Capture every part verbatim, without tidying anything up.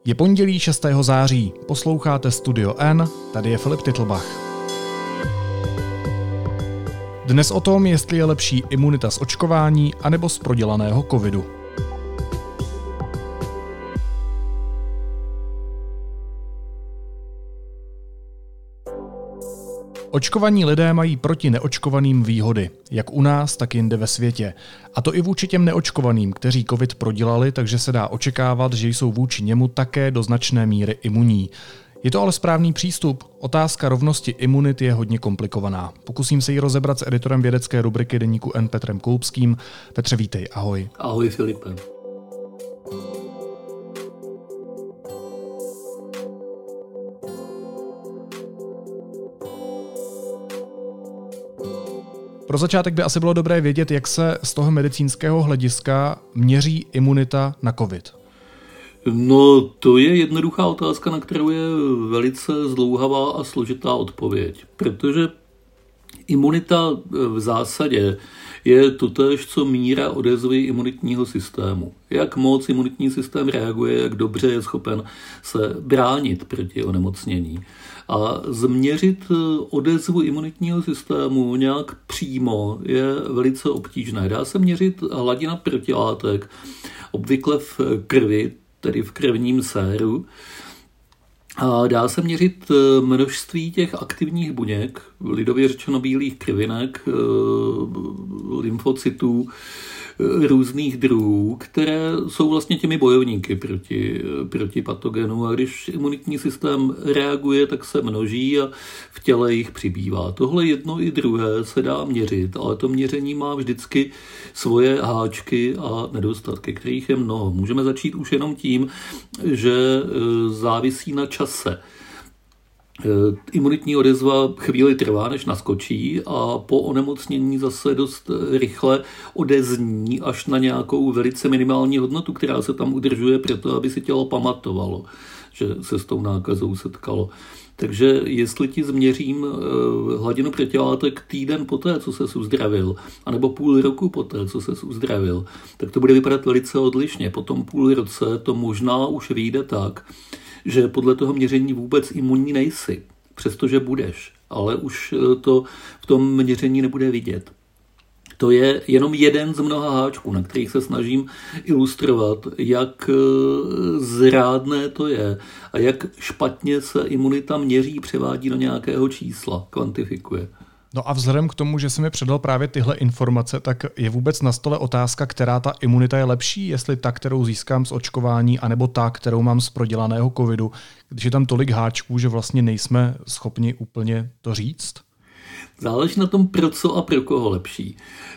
Je pondělí šestého září, posloucháte Studio N, tady je Filip Titlbach. Dnes o tom, jestli je lepší imunita z očkování anebo z prodělaného covidu. Očkovaní lidé mají proti neočkovaným výhody, jak u nás, tak jinde ve světě. A to i vůči těm neočkovaným, kteří covid prodělali, takže se dá očekávat, že jsou vůči němu také do značné míry imunní. Je to ale správný přístup? Otázka rovnosti imunit je hodně komplikovaná. Pokusím se ji rozebrat s editorem vědecké rubriky deníku N Petrem Koupským. Petře, vítej, ahoj. Ahoj, Filipe. Pro začátek by asi bylo dobré vědět, jak se z toho medicínského hlediska měří imunita na covid. No, to je jednoduchá otázka, na kterou je velice zdlouhavá a složitá odpověď. Protože imunita v zásadě je totéž, co míra odezvy imunitního systému. Jak moc imunitní systém reaguje, jak dobře je schopen se bránit proti onemocnění. A změřit odezvu imunitního systému nějak přímo je velice obtížné. Dá se měřit hladina protilátek, obvykle v krvi, tedy v krevním séru. A dá se měřit množství těch aktivních buněk, lidově řečeno bílých krvinek, lymfocytů, různých druhů, které jsou vlastně těmi bojovníky proti, proti patogenu. A když imunitní systém reaguje, tak se množí a v těle jich přibývá. Tohle jedno i druhé se dá měřit, ale to měření má vždycky svoje háčky a nedostatky, kterých je mnoho. Můžeme začít už jenom tím, že závisí na čase. Imunitní odezva chvíli trvá, než naskočí a po onemocnění zase dost rychle odezní až na nějakou velice minimální hodnotu, která se tam udržuje proto, aby si tělo pamatovalo, že se s tou nákazou setkalo. Takže jestli ti změřím hladinu protilátek týden poté, co se uzdravil, anebo půl roku poté, co se uzdravil, tak to bude vypadat velice odlišně. Po tom půl roce to možná už vyjde tak, že podle toho měření vůbec imunní nejsi, přestože budeš, ale už to v tom měření nebude vidět. To je jenom jeden z mnoha háčků, na kterých se snažím ilustrovat, jak zrádné to je a jak špatně se imunita měří, převádí do nějakého čísla, kvantifikuje. No a vzhledem k tomu, že jsi mi předal právě tyhle informace, tak je vůbec na stole otázka, která ta imunita je lepší, jestli ta, kterou získám z očkování, anebo ta, kterou mám z prodělaného covidu, když je tam tolik háčků, že vlastně nejsme schopni úplně to říct? Záleží na tom, pro co a pro koho lepší.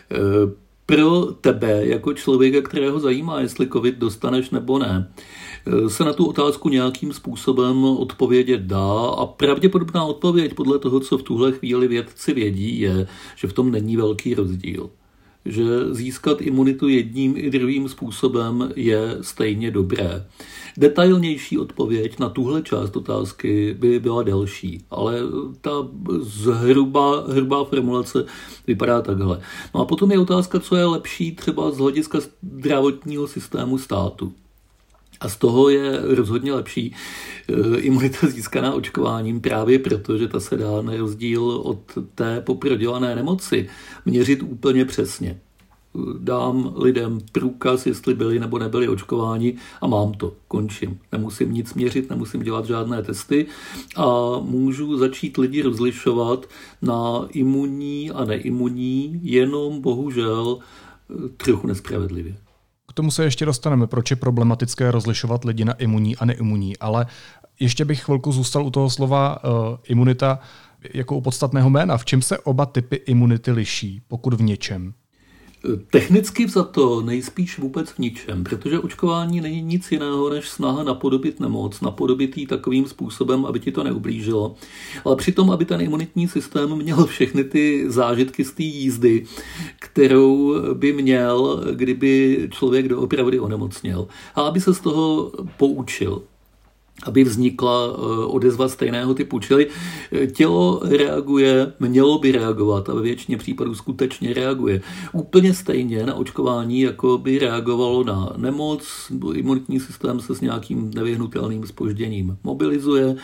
Pro tebe, jako člověka, kterého zajímá, jestli covid dostaneš nebo ne, se na tu otázku nějakým způsobem odpovědět dá a pravděpodobná odpověď podle toho, co v tuhle chvíli vědci vědí, je, že v tom není velký rozdíl. Že získat imunitu jedním i druhým způsobem je stejně dobré. Detailnější odpověď na tuhle část otázky by byla delší, ale ta zhruba, hrubá formulace vypadá takhle. No a potom je otázka, co je lepší třeba z hlediska zdravotního systému státu. A z toho je rozhodně lepší imunita získaná očkováním právě proto, že ta se dá na rozdíl od té poprodělané nemoci měřit úplně přesně. Dám lidem průkaz, jestli byli nebo nebyli očkováni a mám to, končím. Nemusím nic měřit, nemusím dělat žádné testy a můžu začít lidi rozlišovat na imunní a neimunní, jenom bohužel trochu nespravedlivě. K tomu se ještě dostaneme, proč je problematické rozlišovat lidi na imunní a neimunní, ale ještě bych chvilku zůstal u toho slova uh, imunita jako u podstatného jména. V čem se oba typy imunity liší, pokud v něčem? Technicky vzato nejspíš vůbec v ničem, protože očkování není nic jiného než snaha napodobit nemoc, napodobit ji takovým způsobem, aby ti to neublížilo. Ale přitom, aby ten imunitní systém měl všechny ty zážitky z té jízdy, kterou by měl, kdyby člověk doopravdy onemocněl. A aby se z toho poučil. aby vznikla odezva stejného typu. Čili tělo reaguje, mělo by reagovat a ve většině případů skutečně reaguje. Úplně stejně na očkování, jako by reagovalo na nemoc, imunitní systém se s nějakým nevyhnutelným zpožděním mobilizuje,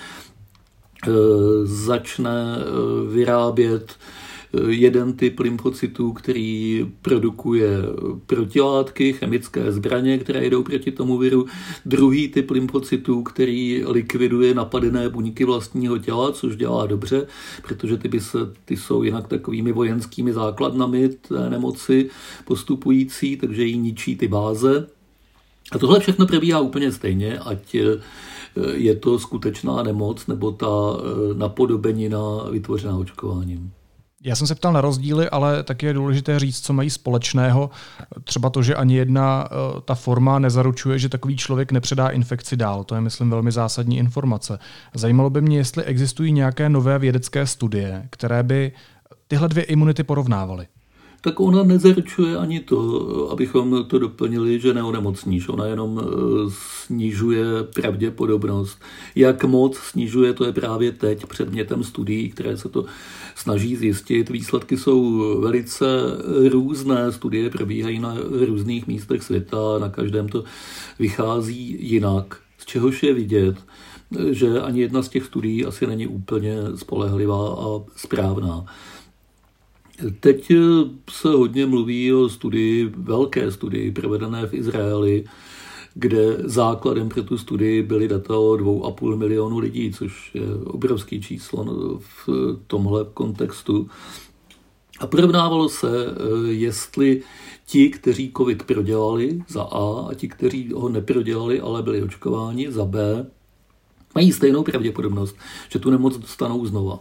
začne vyrábět jeden typ lymfocytů, který produkuje protilátky, chemické zbraně, které jdou proti tomu viru. Druhý typ lymfocytů, který likviduje napadené buňky vlastního těla, což dělá dobře, protože ty, by se, ty jsou jinak takovými vojenskými základnami té nemoci postupující, takže jí ničí ty báze. A tohle všechno probíhá úplně stejně, ať je to skutečná nemoc nebo ta napodobenina vytvořená očkováním. Já jsem se ptal na rozdíly, ale taky je důležité říct, co mají společného. Třeba to, že ani jedna ta forma nezaručuje, že takový člověk nepředá infekci dál. To je, myslím, velmi zásadní informace. Zajímalo by mě, jestli existují nějaké nové vědecké studie, které by tyhle dvě imunity porovnávaly. Tak ona nezaručuje ani to, abychom to doplnili, že neonemocníš. Ona jenom snižuje pravděpodobnost. Jak moc snižuje, to je právě teď předmětem studií, které se to snaží zjistit. Výsledky jsou velice různé, studie probíhají na různých místech světa, na každém to vychází jinak, z čehož je vidět, že ani jedna z těch studií asi není úplně spolehlivá a správná. Teď se hodně mluví o studii, velké studii provedené v Izraeli, kde základem pro tu studii byly data o dvou a půl milionu lidí, což je obrovský číslo v tomhle kontextu. A porovnávalo se, jestli ti, kteří covid prodělali za A a ti, kteří ho neprodělali, ale byli očkováni za B, mají stejnou pravděpodobnost, že tu nemoc dostanou znova.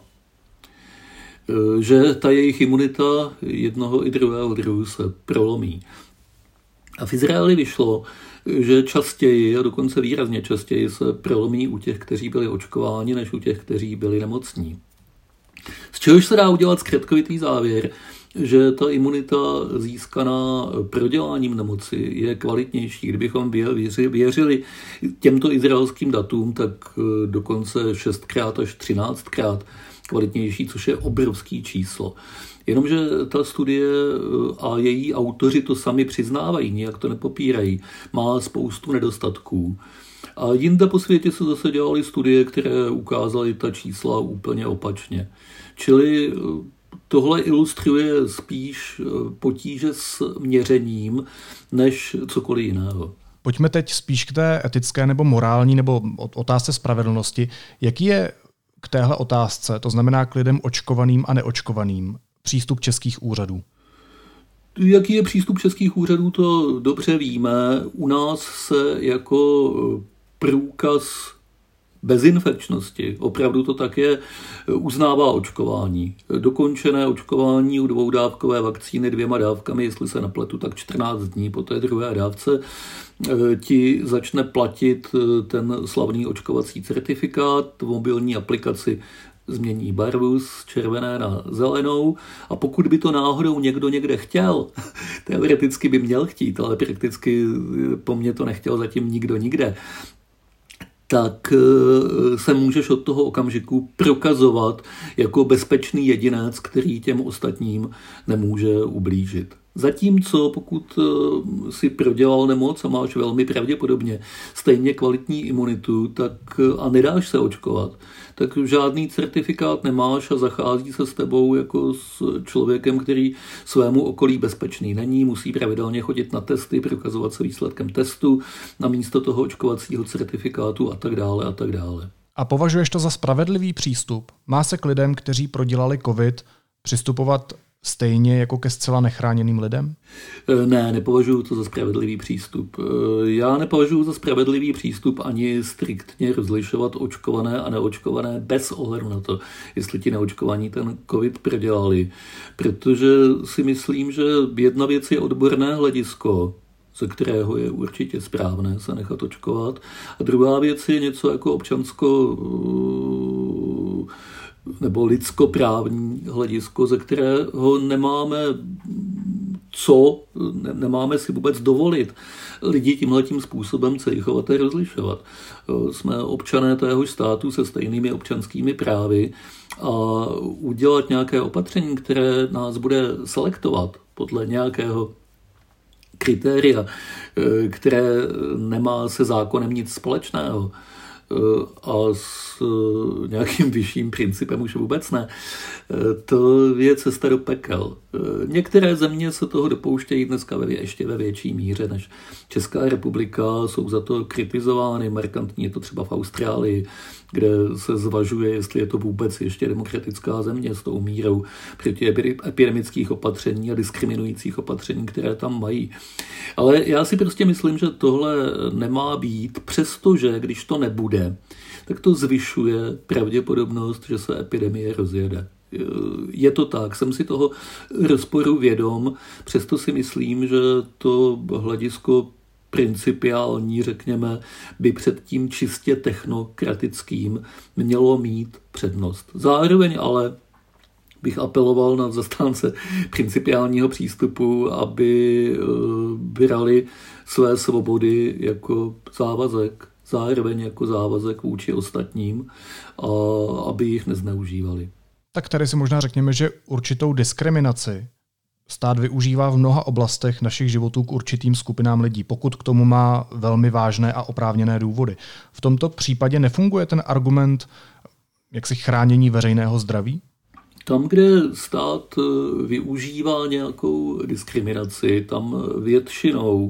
Že ta jejich imunita jednoho i druhého druhu se prolomí. A v Izraeli vyšlo, že častěji, a dokonce výrazně častěji, se prolomí u těch, kteří byli očkováni, než u těch, kteří byli nemocní. Z čehož se dá udělat zkratkovitý závěr, že ta imunita získaná proděláním nemoci je kvalitnější. Kdybychom věřili těmto izraelským datům, tak dokonce šestkrát až třináctkrát kvalitnější, což je obrovský číslo. Jenomže ta studie a její autoři to sami přiznávají, nijak to nepopírají, má spoustu nedostatků. A jinde po světě se zase dělaly studie, které ukázaly ta čísla úplně opačně. Čili tohle ilustruje spíš potíže s měřením, než cokoliv jiného. Pojďme teď spíš k té etické nebo morální nebo otázce spravedlnosti. Jaký je k téhle otázce, to znamená k lidem očkovaným a neočkovaným, přístup českých úřadů? Jaký je přístup českých úřadů, to dobře víme. U nás se jako průkaz bezinfekčnosti, opravdu to tak je, uznává očkování. Dokončené očkování u dvoudávkové vakcíny dvěma dávkami, jestli se nepletu, tak čtrnáct dní po té druhé dávce, ti začne platit ten slavný očkovací certifikát, v mobilní aplikaci změní barvu z červené na zelenou a pokud by to náhodou někdo někde chtěl, teoreticky by měl chtít, ale prakticky po mně to nechtěl zatím nikdo nikde, tak se můžeš od toho okamžiku prokazovat jako bezpečný jedinec, který těm ostatním nemůže ublížit. Zatímco pokud si prodělal nemoc a máš velmi pravděpodobně stejně kvalitní imunitu tak a nedáš se očkovat, tak žádný certifikát nemáš a zachází se s tebou jako s člověkem, který svému okolí bezpečný není, musí pravidelně chodit na testy, prokazovat se výsledkem testu na místo toho očkovacího certifikátu a tak dále a tak dále. A považuješ to za spravedlivý přístup? Má se k lidem, kteří prodělali covid, přistupovat stejně jako ke zcela nechráněným lidem? Ne, nepovažuji to za spravedlivý přístup. Já nepovažuji za spravedlivý přístup ani striktně rozlišovat očkované a neočkované bez ohledu na to, jestli ti neočkovaní ten covid prodělali. Protože si myslím, že jedna věc je odborné hledisko, ze kterého je určitě správné se nechat očkovat. A druhá věc je něco jako občansko nebo lidskoprávní hledisko, ze kterého nemáme co nemáme si vůbec dovolit lidi tímhletím způsobem cejchovat a rozlišovat. Jsme občané téhož státu se stejnými občanskými právy a udělat nějaké opatření, které nás bude selektovat podle nějakého kritéria, které nemá se zákonem nic společného a s nějakým vyšším principem už vůbec ne, to je cesta do pekel. Některé země se toho dopouštějí dneska ve, ještě ve větší míře než Česká republika, jsou za to kritizovány, markantní je to třeba v Austrálii, kde se zvažuje, jestli je to vůbec ještě demokratická země s tou mírou proti epidemických opatření a diskriminujících opatření, které tam mají. Ale já si prostě myslím, že tohle nemá být, přestože když to nebude, tak to zvyšuje pravděpodobnost, že se epidemie rozjede. Je to tak, jsem si toho rozporu vědom, přesto si myslím, že to hledisko principiální, řekněme, by před tím čistě technokratickým mělo mít přednost. Zároveň ale bych apeloval na zastánce principiálního přístupu, aby brali své svobody jako závazek, zároveň jako závazek vůči ostatním a aby jich nezneužívali. Tak tady si možná řekněme, že určitou diskriminaci stát využívá v mnoha oblastech našich životů k určitým skupinám lidí, pokud k tomu má velmi vážné a oprávněné důvody. V tomto případě nefunguje ten argument jaksi chránění veřejného zdraví? Tam, kde stát využívá nějakou diskriminaci, tam většinou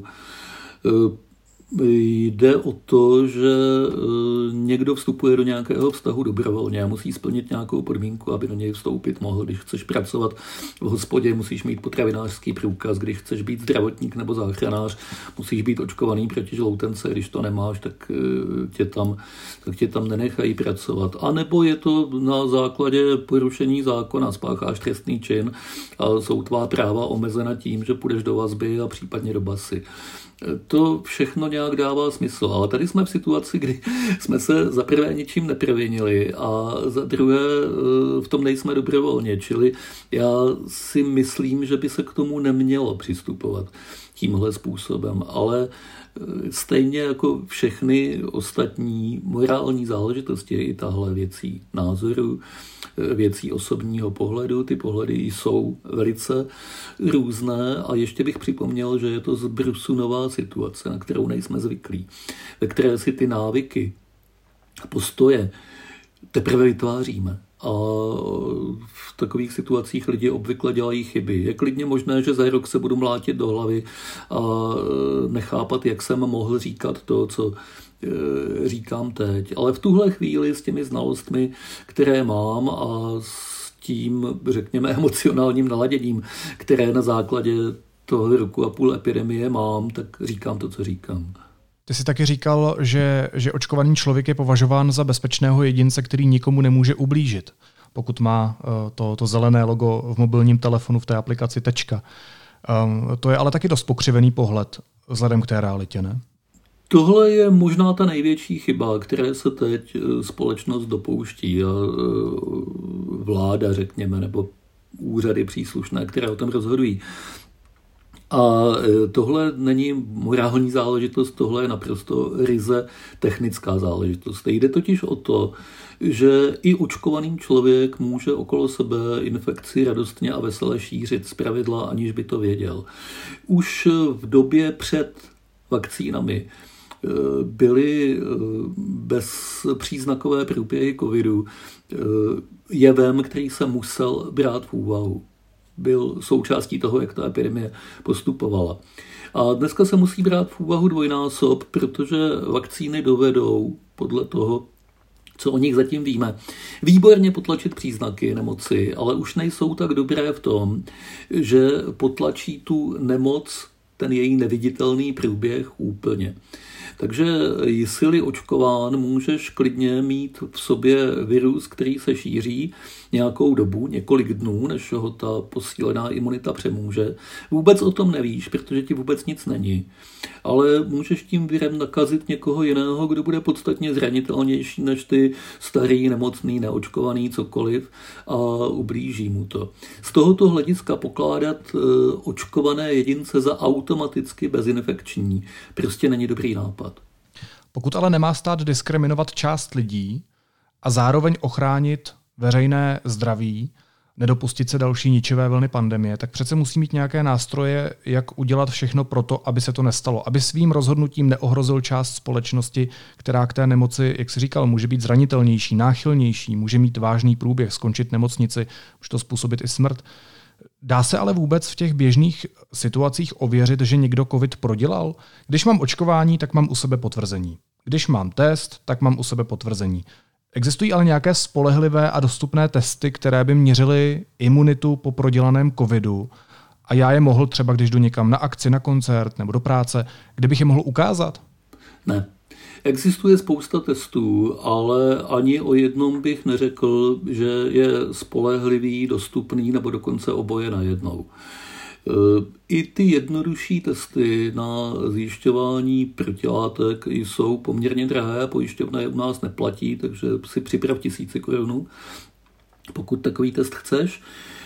jde o to, že někdo vstupuje do nějakého vztahu dobrovolně a musí splnit nějakou podmínku, aby do něj vstoupit mohl. Když chceš pracovat v hospodě, musíš mít potravinářský průkaz. Když chceš být zdravotník nebo záchranář, musíš být očkovaný proti žloutence. Když to nemáš, tak tě tam, tak tě tam nenechají pracovat. A nebo je to na základě porušení zákona, spácháš trestný čin a jsou tvá práva omezena tím, že půjdeš do vazby a případně do basy. To všechno nějak dává smysl, ale tady jsme v situaci, kdy jsme se za prvé ničím neprovinili a za druhé v tom nejsme dobrovolně, čili já si myslím, že by se k tomu nemělo přistupovat tímhle způsobem, ale stejně jako všechny ostatní morální záležitosti je i tahle věcí názoru, věcí osobního pohledu. Ty pohledy jsou velice různé a ještě bych připomněl, že je to z brusu nová situace, na kterou nejsme zvyklí, ve které si ty návyky a postoje teprve vytváříme. A v takových situacích lidi obvykle dělají chyby. Je klidně možné, že za rok se budu mlátit do hlavy a nechápat, jak jsem mohl říkat to, co říkám teď. Ale v tuhle chvíli s těmi znalostmi, které mám a s tím, řekněme, emocionálním naladěním, které na základě toho roku a půl epidemie mám, tak říkám to, co říkám. Ty jsi taky říkal, že, že očkovaný člověk je považován za bezpečného jedince, který nikomu nemůže ublížit, pokud má to, to zelené logo v mobilním telefonu v té aplikaci Tečka. Um, to je ale taky dost pokřivený pohled vzhledem k té realitě, ne? Tohle je možná ta největší chyba, které se teď společnost dopouští a vláda, řekněme, nebo úřady příslušné, které o tom rozhodují. A tohle není morální záležitost, tohle je naprosto ryze technická záležitost. Jde totiž o to, že i očkovaný člověk může okolo sebe infekci radostně a vesele šířit zpravidla, aniž by to věděl. Už v době před vakcínami byly bezpříznakové průběhy covidu jevem, který se musel brát v úvahu. Byl součástí toho, jak ta epidemie postupovala. A dneska se musí brát v úvahu dvojnásob, protože vakcíny dovedou podle toho, co o nich zatím víme, výborně potlačit příznaky nemoci, ale už nejsou tak dobré v tom, že potlačí tu nemoc, ten její neviditelný průběh úplně. Takže jsi-li očkován, můžeš klidně mít v sobě virus, který se šíří nějakou dobu, několik dnů, než ho ta posílená imunita přemůže. Vůbec o tom nevíš, protože ti vůbec nic není. ale můžeš tím virem nakazit někoho jiného, kdo bude podstatně zranitelnější než ty starý, nemocný, neočkovaný, cokoliv a ublíží mu to. Z tohoto hlediska pokládat očkované jedince za automaticky bezinfekční prostě není dobrý nápad. Pokud ale nemá stát diskriminovat část lidí a zároveň ochránit veřejné zdraví, nedopustit se další ničivé vlny pandemie, tak přece musí mít nějaké nástroje, jak udělat všechno pro to, aby se to nestalo. Aby svým rozhodnutím neohrozil část společnosti, která k té nemoci, jak jsi říkal, může být zranitelnější, náchylnější, může mít vážný průběh, skončit nemocnici, může to způsobit i smrt. Dá se ale vůbec v těch běžných situacích ověřit, že někdo covid prodělal? Když mám očkování, tak mám u sebe potvrzení. Když mám test, tak mám u sebe potvrzení. Existují ale nějaké spolehlivé a dostupné testy, které by měřily imunitu po prodělaném covidu a já je mohl třeba, když jdu někam na akci, na koncert nebo do práce, kde bych je mohl ukázat? Ne. Existuje spousta testů, ale ani o jednom bych neřekl, že je spolehlivý, dostupný nebo dokonce oboje najednou. I ty jednodušší testy na zjišťování protilátek jsou poměrně drahé a pojišťovna je u nás neplatí, takže si připrav tisíci korunů, pokud takový test chceš.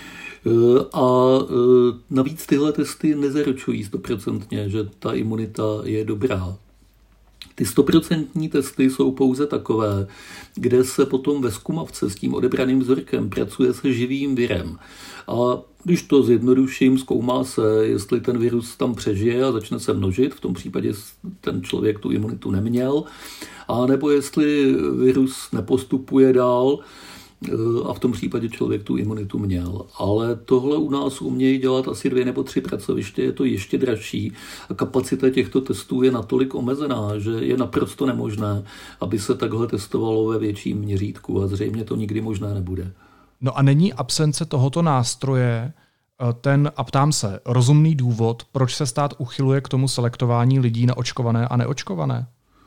A navíc tyhle testy nezaručují stoprocentně, že ta imunita je dobrá. Ty stoprocentní testy jsou pouze takové, kde se potom ve zkumavce s tím odebraným vzorkem pracuje se živým virem. A když to zjednoduším, zkoumá se, jestli ten virus tam přežije a začne se množit, v tom případě ten člověk tu imunitu neměl, a nebo jestli virus nepostupuje dál a v tom případě člověk tu imunitu měl. Ale tohle u nás umějí dělat asi dvě nebo tři pracoviště, je to ještě dražší a kapacita těchto testů je natolik omezená, že je naprosto nemožné, aby se takhle testovalo ve větším měřítku a zřejmě to nikdy možné nebude. No a není absence tohoto nástroje ten, a ptám se, rozumný důvod, proč se stát uchyluje k tomu selektování lidí na očkované a neočkované?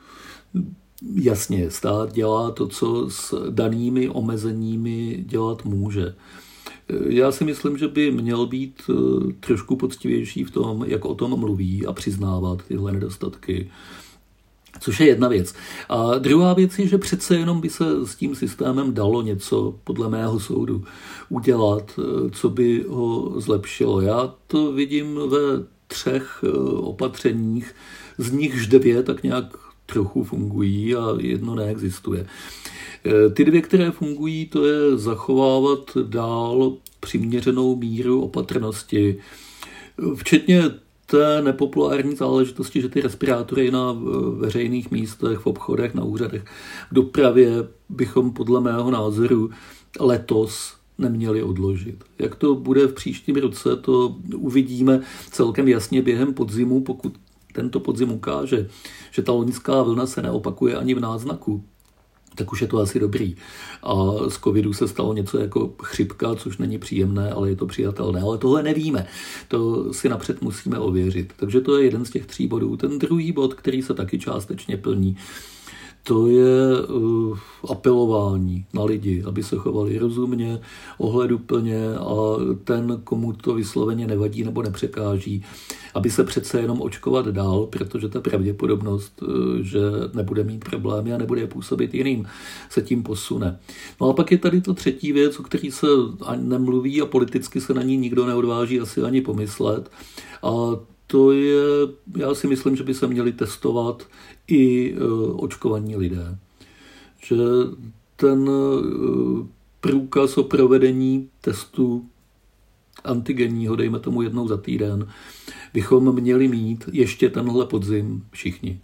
Jasně, stát dělá to, co s danými omezeními dělat může. Já si myslím, že by měl být trošku poctivější v tom, jak o tom mluví a přiznávat tyhle nedostatky. Což je jedna věc. A druhá věc je, že přece jenom by se s tím systémem dalo něco, podle mého soudu, udělat, co by ho zlepšilo. Já to vidím ve třech opatřeních, z nichž dvě tak nějak trochu fungují a jedno neexistuje. Ty dvě, které fungují, to je zachovávat dál přiměřenou míru opatrnosti, včetně té nepopulární záležitosti, že ty respirátory na veřejných místech, v obchodech, na úřadech, v dopravě bychom podle mého názoru letos neměli odložit. Jak to bude v příštím roce, to uvidíme celkem jasně během podzimu, pokud tento podzim ukáže, že ta loňská vlna se neopakuje ani v náznaku, tak už je to asi dobrý. A z covidu se stalo něco jako chřipka, což není příjemné, ale je to přijatelné. Ale tohle nevíme. To si napřed musíme ověřit. Takže to je jeden z těch tří bodů. Ten druhý bod, který se taky částečně plní, to je uh, apelování na lidi, aby se chovali rozumně, ohleduplně a ten, komu to vysloveně nevadí nebo nepřekáží, aby se přece jenom očkovat dál, protože ta pravděpodobnost, že nebude mít problémy a nebude je působit jiným, se tím posune. No a pak je tady ta třetí věc, o který se ani nemluví a politicky se na ní nikdo neodváží asi ani pomyslet. A to je, já si myslím, že by se měli testovat i očkovaní lidé. Že ten průkaz o provedení testu antigenního, dejme tomu jednou za týden, bychom měli mít ještě tenhle podzim všichni.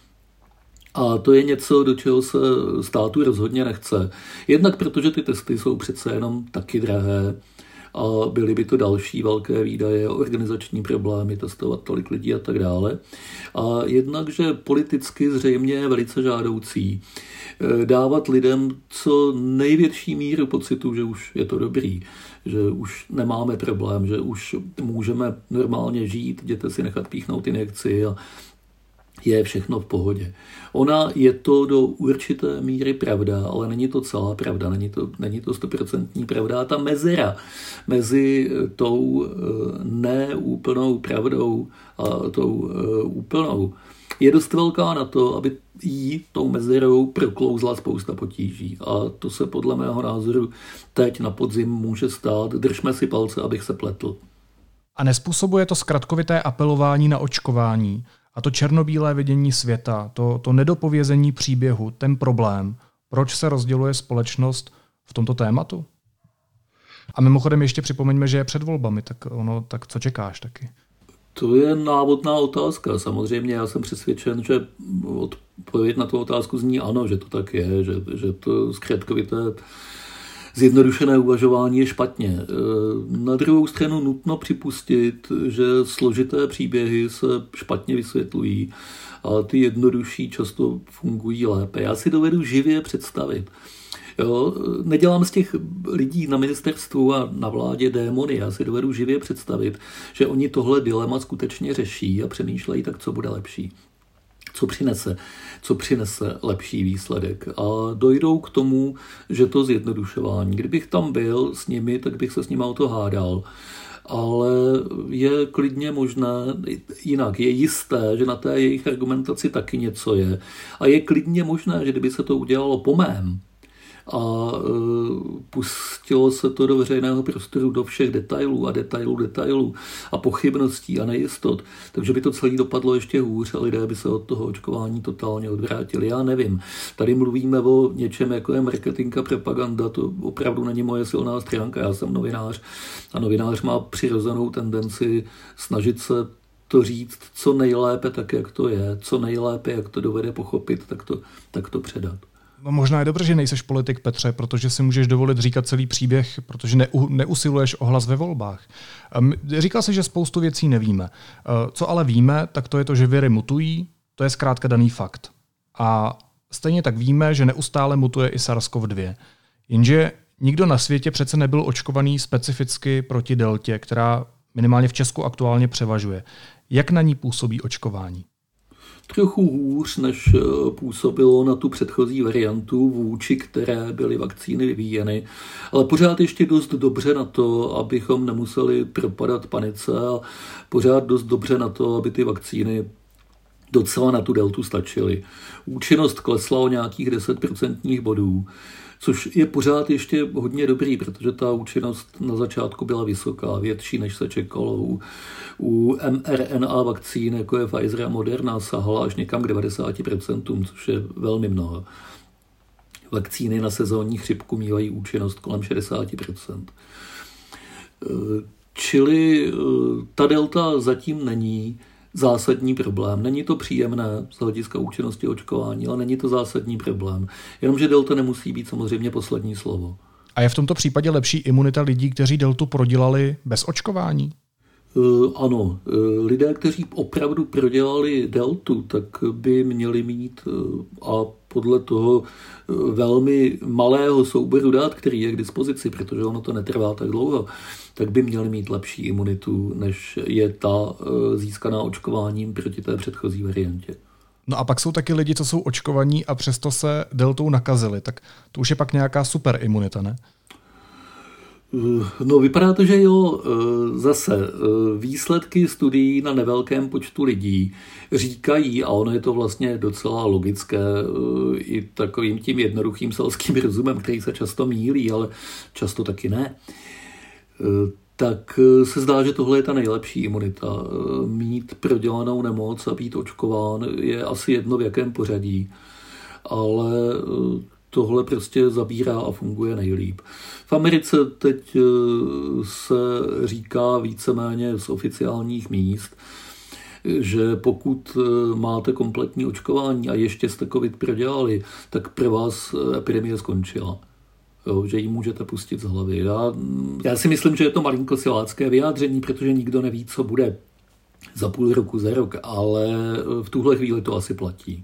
A to je něco, do čeho se státu rozhodně nechce. Jednak protože ty testy jsou přece jenom taky drahé a byly by to další velké výdaje, organizační problémy, testovat tolik lidí a tak dále. A jednak, že politicky zřejmě je velice žádoucí dávat lidem co největší míru pocitu, že už je to dobrý, že už nemáme problém, že už můžeme normálně žít, jděte si nechat píchnout injekci a je všechno v pohodě. Ona je to do určité míry pravda, ale není to celá pravda, není to, není to stoprocentní pravda. A ta mezera mezi tou neúplnou pravdou a tou úplnou je dost velká na to, aby jí tou mezerou proklouzla spousta potíží. A to se podle mého názoru teď na podzim může stát. Držme si palce, abych se pletl. A nespůsobuje to zkratkovité apelování na očkování a to černobílé vidění světa, to, to nedopovězení příběhu, ten problém, proč se rozděluje společnost v tomto tématu? A mimochodem ještě připomeňme, že je před volbami, tak ono, tak co čekáš taky? To je návodná otázka. Samozřejmě já jsem přesvědčen, že odpověď na tu otázku zní ano, že to tak je, že, že to zkratkovité zjednodušené uvažování je špatně. Na druhou stranu nutno připustit, že složité příběhy se špatně vysvětlují a ty jednodušší často fungují lépe. Já si dovedu živě představit. Jo, nedělám z těch lidí na ministerstvu a na vládě démony. Já si dovedu živě představit, že oni tohle dilema skutečně řeší a přemýšlejí, tak co bude lepší. Co přinese, co přinese lepší výsledek. A dojdou k tomu, že to zjednodušování. Kdybych tam byl s nimi, tak bych se s nimi o to hádal. Ale je klidně možné, jinak je jisté, že na té jejich argumentaci taky něco je. A je klidně možné, že kdyby se to udělalo po mém, a pustilo se to do veřejného prostoru, do všech detailů a detailů, detailů a pochybností a nejistot, takže by to celé dopadlo ještě hůř a lidé by se od toho očkování totálně odvrátili. Já nevím. Tady mluvíme o něčem, jako je marketing a propaganda, to opravdu není moje silná stránka. Já jsem novinář a novinář má přirozenou tendenci snažit se to říct co nejlépe tak, jak to je, co nejlépe, jak to dovede pochopit, tak to, tak to předat. No, možná je dobře, že nejseš politik, Petře, protože si můžeš dovolit říkat celý příběh, protože neu, neusiluješ o hlas ve volbách. Říkal jsi, že spoustu věcí nevíme. Co ale víme, tak to je to, že viry mutují, to je zkrátka daný fakt. A stejně tak víme, že neustále mutuje i SARS-CoV dva. Jenže nikdo na světě přece nebyl očkovaný specificky proti deltě, která minimálně v Česku aktuálně převažuje. Jak na ní působí očkování? Trochu hůř, než působilo na tu předchozí variantu, vůči které byly vakcíny vyvíjeny, ale pořád ještě dost dobře na to, abychom nemuseli propadat panice a pořád dost dobře na to, aby ty vakcíny docela na tu deltu stačily. Účinnost klesla o nějakých deset procentních bodů, což je pořád ještě hodně dobrý, protože ta účinnost na začátku byla vysoká, větší, než se čekalo. U, u mRNA vakcín, jako je Pfizer a Moderna, sahala až někam k devadesát procent, což je velmi mnoho. Vakcíny na sezónní chřipku mívají účinnost kolem šedesát procent. Čili ta delta zatím není zásadní problém. Není to příjemné z hlediska účinnosti očkování, ale není to zásadní problém. Jenomže delta nemusí být samozřejmě poslední slovo. A je v tomto případě lepší imunita lidí, kteří deltu prodělali bez očkování? Uh, ano, uh, lidé, kteří opravdu prodělali deltu, tak by měli mít uh, a podle toho uh, velmi malého souboru dat, který je k dispozici, protože ono to netrvá tak dlouho, tak by měli mít lepší imunitu, než je ta uh, získaná očkováním proti té předchozí variantě. No a pak jsou taky lidi, co jsou očkovaní a přesto se deltou nakazili, tak to už je pak nějaká super imunita, ne? No vypadá to, že jo. Zase výsledky studií na nevelkém počtu lidí říkají, a ono je to vlastně docela logické i takovým tím jednoduchým selským rozumem, který se často mýlí, ale často taky ne, tak se zdá, že tohle je ta nejlepší imunita. Mít prodělanou nemoc a být očkován je asi jedno v jakém pořadí, ale tohle prostě zabírá a funguje nejlíp. V Americe teď se říká víceméně z oficiálních míst, že pokud máte kompletní očkování a ještě jste covid prodělali, tak pro vás epidemie skončila. Jo, že ji můžete pustit z hlavy. Já, já si myslím, že je to malinko silácké vyjádření, protože nikdo neví, co bude za půl roku, za rok, ale v tuhle chvíli to asi platí.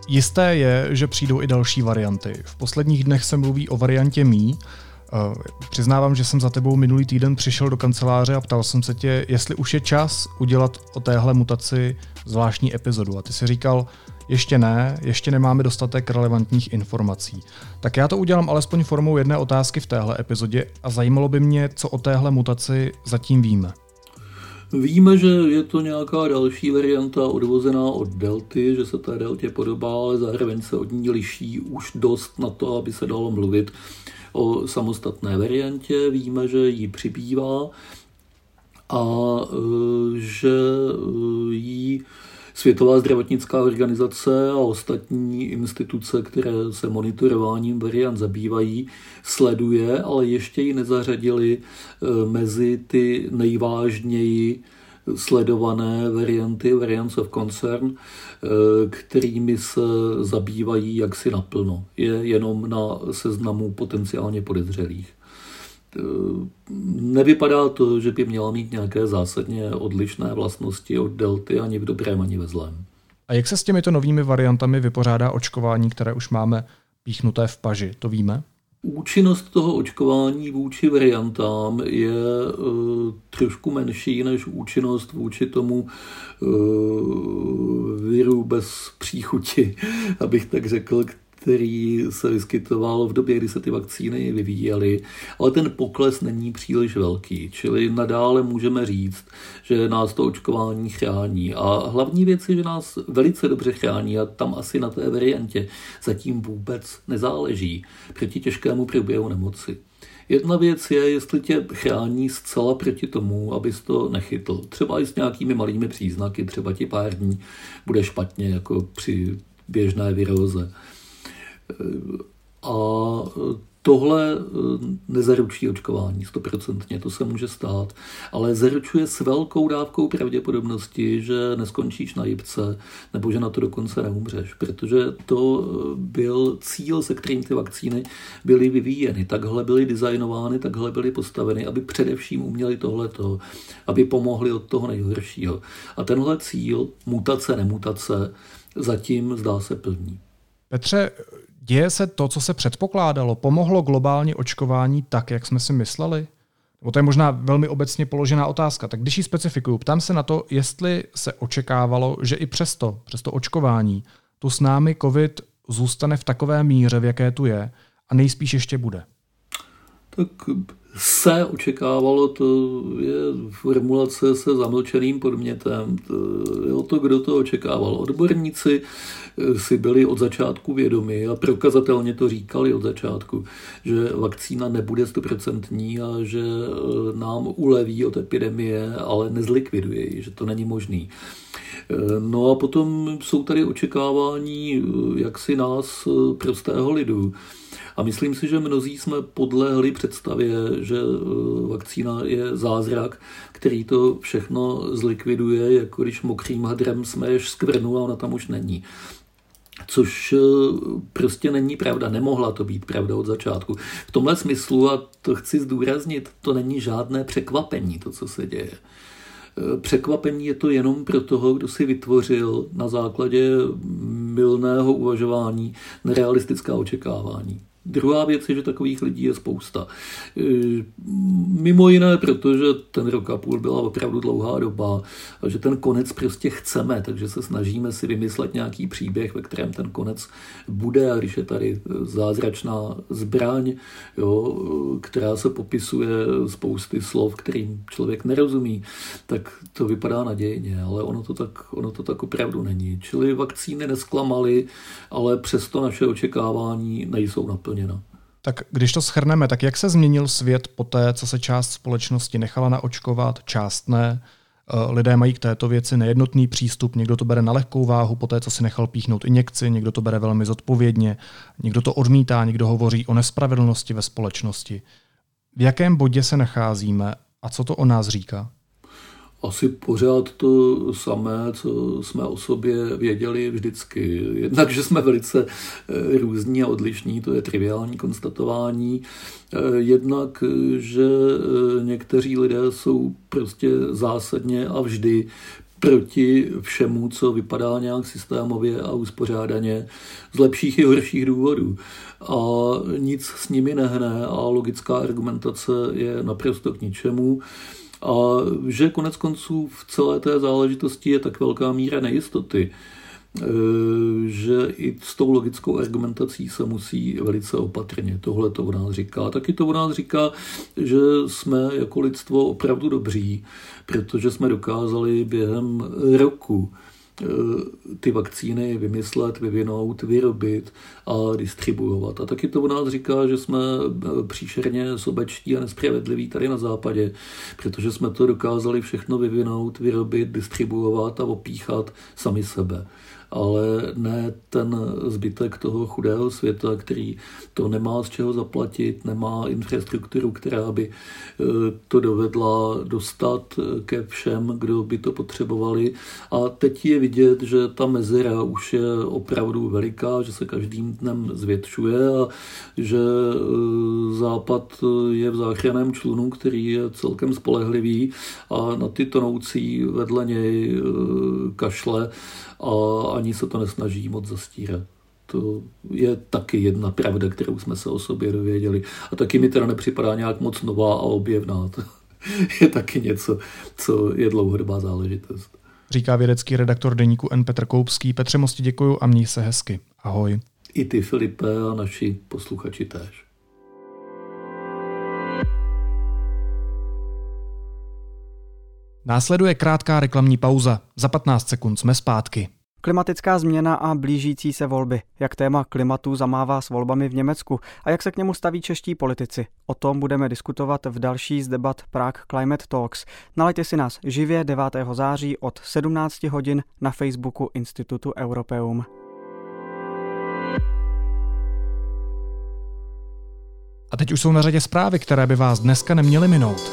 Jisté je, že přijdou i další varianty. V posledních dnech se mluví o variantě mí. Uh, přiznávám, že jsem za tebou minulý týden přišel do kanceláře a ptal jsem se tě, jestli už je čas udělat o téhle mutaci zvláštní epizodu. A ty si říkal, ještě ne, ještě nemáme dostatek relevantních informací. Tak já to udělám alespoň formou jedné otázky v téhle epizodě a zajímalo by mě, co o téhle mutaci zatím víme. Víme, že je to nějaká další varianta odvozená od delty, že se té deltě podobá, ale zároveň se od ní liší už dost na to, aby se dalo mluvit o samostatné variantě. Víme, že jí přibývá a že jí Světová zdravotnická organizace a ostatní instituce, které se monitorováním variant zabývají, sleduje, ale ještě ji nezařadili mezi ty nejvážněji sledované varianty, variants of concern, kterými se zabývají jaksi naplno. Je jenom na seznamu potenciálně podezřelých. Nevypadá to, že by měla mít nějaké zásadně odlišné vlastnosti od delty ani v dobrém, ani ve zlém. A jak se s těmito novými variantami vypořádá očkování, které už máme píchnuté v paži? To víme? Účinnost toho očkování vůči variantám je uh, trošku menší než účinnost vůči tomu uh, viru bez příchuti, abych tak řekl, který se vyskytoval v době, kdy se ty vakcíny vyvíjely, ale ten pokles není příliš velký, čili nadále můžeme říct, že nás to očkování chrání. A hlavní věc je, že nás velice dobře chrání a tam asi na té variantě zatím vůbec nezáleží proti těžkému průběhu nemoci. Jedna věc je, jestli tě chrání zcela proti tomu, abys to nechytl. Třeba i s nějakými malými příznaky, třeba ti pár dní bude špatně, jako při běžné viróze. A tohle nezaručí očkování, stoprocentně, to se může stát, ale zaručuje s velkou dávkou pravděpodobnosti, že neskončíš na jipce nebo že na to dokonce neumřeš, protože to byl cíl, se kterým ty vakcíny byly vyvíjeny. Takhle byly designovány, takhle byly postaveny, aby především uměli tohleto, aby pomohli od toho nejhoršího. A tenhle cíl, mutace, nemutace, zatím zdá se plní. Petře, děje se to, co se předpokládalo? Pomohlo globálně očkování tak, jak jsme si mysleli? Nebo to je možná velmi obecně položená otázka. Tak když ji specifikuju, ptám se na to, jestli se očekávalo, že i přesto, přesto očkování, tu s námi COVID zůstane v takové míře, v jaké tu je, a nejspíš ještě bude. Tak se očekávalo, to je formulace se zamlčeným podmětem. To, jo, to, kdo to očekával. Odborníci si byli od začátku vědomi a prokazatelně to říkali od začátku, že vakcína nebude stoprocentní a že nám uleví od epidemie, ale nezlikviduje ji, že to není možný. No a potom jsou tady očekávání jaksi nás, prostého lidu. A myslím si, že mnozí jsme podlehli představě, že vakcína je zázrak, který to všechno zlikviduje, jako když mokrým hadrem smeješ skvrnu a ona tam už není. Což prostě není pravda, nemohla to být pravda od začátku. V tomhle smyslu, a to chci zdůraznit, to není žádné překvapení, to, co se děje. Překvapení je to jenom pro toho, kdo si vytvořil na základě mylného uvažování nerealistická očekávání. Druhá věc je, že takových lidí je spousta. Mimo jiné, protože ten rok a půl byla opravdu dlouhá doba a že ten konec prostě chceme, takže se snažíme si vymyslet nějaký příběh, ve kterém ten konec bude, a když je tady zázračná zbraň, jo, která se popisuje spousty slov, kterým člověk nerozumí, tak to vypadá nadějně, ale ono to tak, ono to tak opravdu není. Čili vakcíny nesklamaly, ale přesto naše očekávání nejsou naplněny. Tak když to shrneme, tak jak se změnil svět po té, co se část společnosti nechala naočkovat, část ne? Lidé mají k této věci nejednotný přístup, někdo to bere na lehkou váhu po té, co si nechal píchnout injekci, někdo to bere velmi zodpovědně, někdo to odmítá, někdo hovoří o nespravedlnosti ve společnosti. V jakém bodě se nacházíme a co to o nás říká? Asi pořád to samé, co jsme o sobě věděli vždycky. Jednak, že jsme velice různí a odlišní, to je triviální konstatování. Jednak, že někteří lidé jsou prostě zásadně a vždy proti všemu, co vypadá nějak systémově a uspořádaně z lepších i horších důvodů. A nic s nimi nehne a logická argumentace je naprosto k ničemu. A že konec konců v celé té záležitosti je tak velká míra nejistoty, že i s tou logickou argumentací se musí velice opatrně. Tohle to o nás říká. Taky to o nás říká, že jsme jako lidstvo opravdu dobří, protože jsme dokázali během roku ty vakcíny vymyslet, vyvinout, vyrobit a distribuovat. A taky to o nás říká, že jsme příšerně sobečtí a nespravedliví tady na západě, protože jsme to dokázali všechno vyvinout, vyrobit, distribuovat a opíchat sami sebe. Ale ne ten zbytek toho chudého světa, který to nemá z čeho zaplatit, nemá infrastrukturu, která by to dovedla dostat ke všem, kdo by to potřebovali. A teď je vidět, že ta mezera už je opravdu veliká, že se každým dnem zvětšuje a že Západ je v záchranném člunu, který je celkem spolehlivý a na ty tonoucí vedle něj kašle a ani se to nesnaží moc zastírat. To je taky jedna pravda, kterou jsme se o sobě dověděli. A taky mi teda nepřipadá nějak moc nová a objevná. To je taky něco, co je dlouhodobá záležitost. Říká vědecký redaktor deníku N Petr Koupský. Petře, moc ti děkuju a měj se hezky. Ahoj. I ty, Filipe, a naši posluchači též. Následuje krátká reklamní pauza. Za patnáct sekund jsme zpátky. Klimatická změna a blížící se volby. Jak téma klimatu zamává s volbami v Německu a jak se k němu staví čeští politici. O tom budeme diskutovat v další z debat Prague Climate Talks. Nalaďte si nás živě devátého září od sedmnáct hodin na Facebooku Institutu Europeum. A teď už jsou na řadě zprávy, které by vás dneska neměly minout.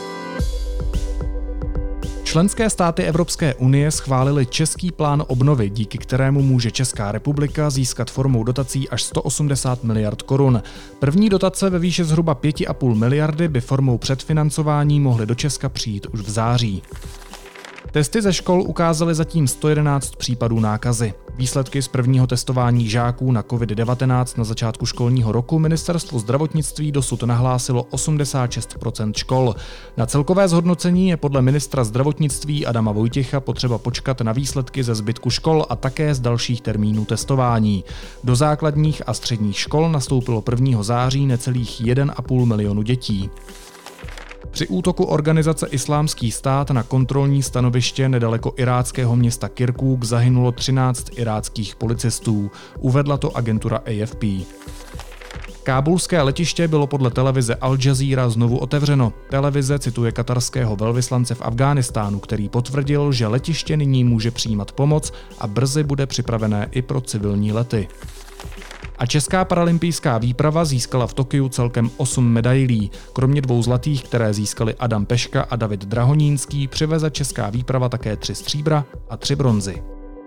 Členské státy Evropské unie schválily český plán obnovy, díky kterému může Česká republika získat formou dotací až sto osmdesát miliard korun. První dotace ve výši zhruba pět a půl miliardy by formou předfinancování mohly do Česka přijít už v září. Testy ze škol ukázaly zatím sto jedenáct případů nákazy. Výsledky z prvního testování žáků na covid devatenáct na začátku školního roku Ministerstvo zdravotnictví dosud nahlásilo osmdesát šest procent škol. Na celkové zhodnocení je podle ministra zdravotnictví Adama Vojtěcha potřeba počkat na výsledky ze zbytku škol a také z dalších termínů testování. Do základních a středních škol nastoupilo prvního září necelých jeden a půl milionu dětí. Při útoku organizace Islámský stát na kontrolní stanoviště nedaleko iráckého města Kirkuk zahynulo třináct iráckých policistů, uvedla to agentura A F P. Kábulské letiště bylo podle televize Al Jazeera znovu otevřeno. Televize cituje katarského velvyslance v Afghánistánu, který potvrdil, že letiště nyní může přijímat pomoc a brzy bude připravené i pro civilní lety. A česká paralympijská výprava získala v Tokiu celkem osm medailí. Kromě dvou zlatých, které získali Adam Peška a David Drahonínský, přiveze česká výprava také tři stříbra a tři bronzy.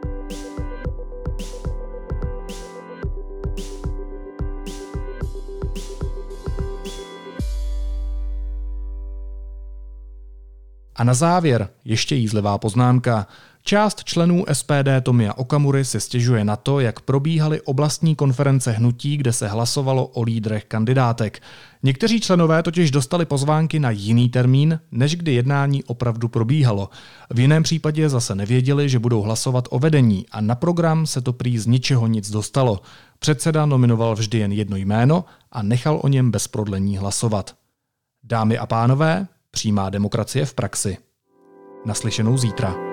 A na závěr ještě jízlivá poznámka. Část členů S P D Tomia Okamury si stěžuje na to, jak probíhaly oblastní konference hnutí, kde se hlasovalo o lídrech kandidátek. Někteří členové totiž dostali pozvánky na jiný termín, než kdy jednání opravdu probíhalo. V jiném případě zase nevěděli, že budou hlasovat o vedení a na program se to prý z ničeho nic dostalo. Předseda nominoval vždy jen jedno jméno a nechal o něm bez prodlení hlasovat. Dámy a pánové, přímá demokracie v praxi. Naslyšenou zítra.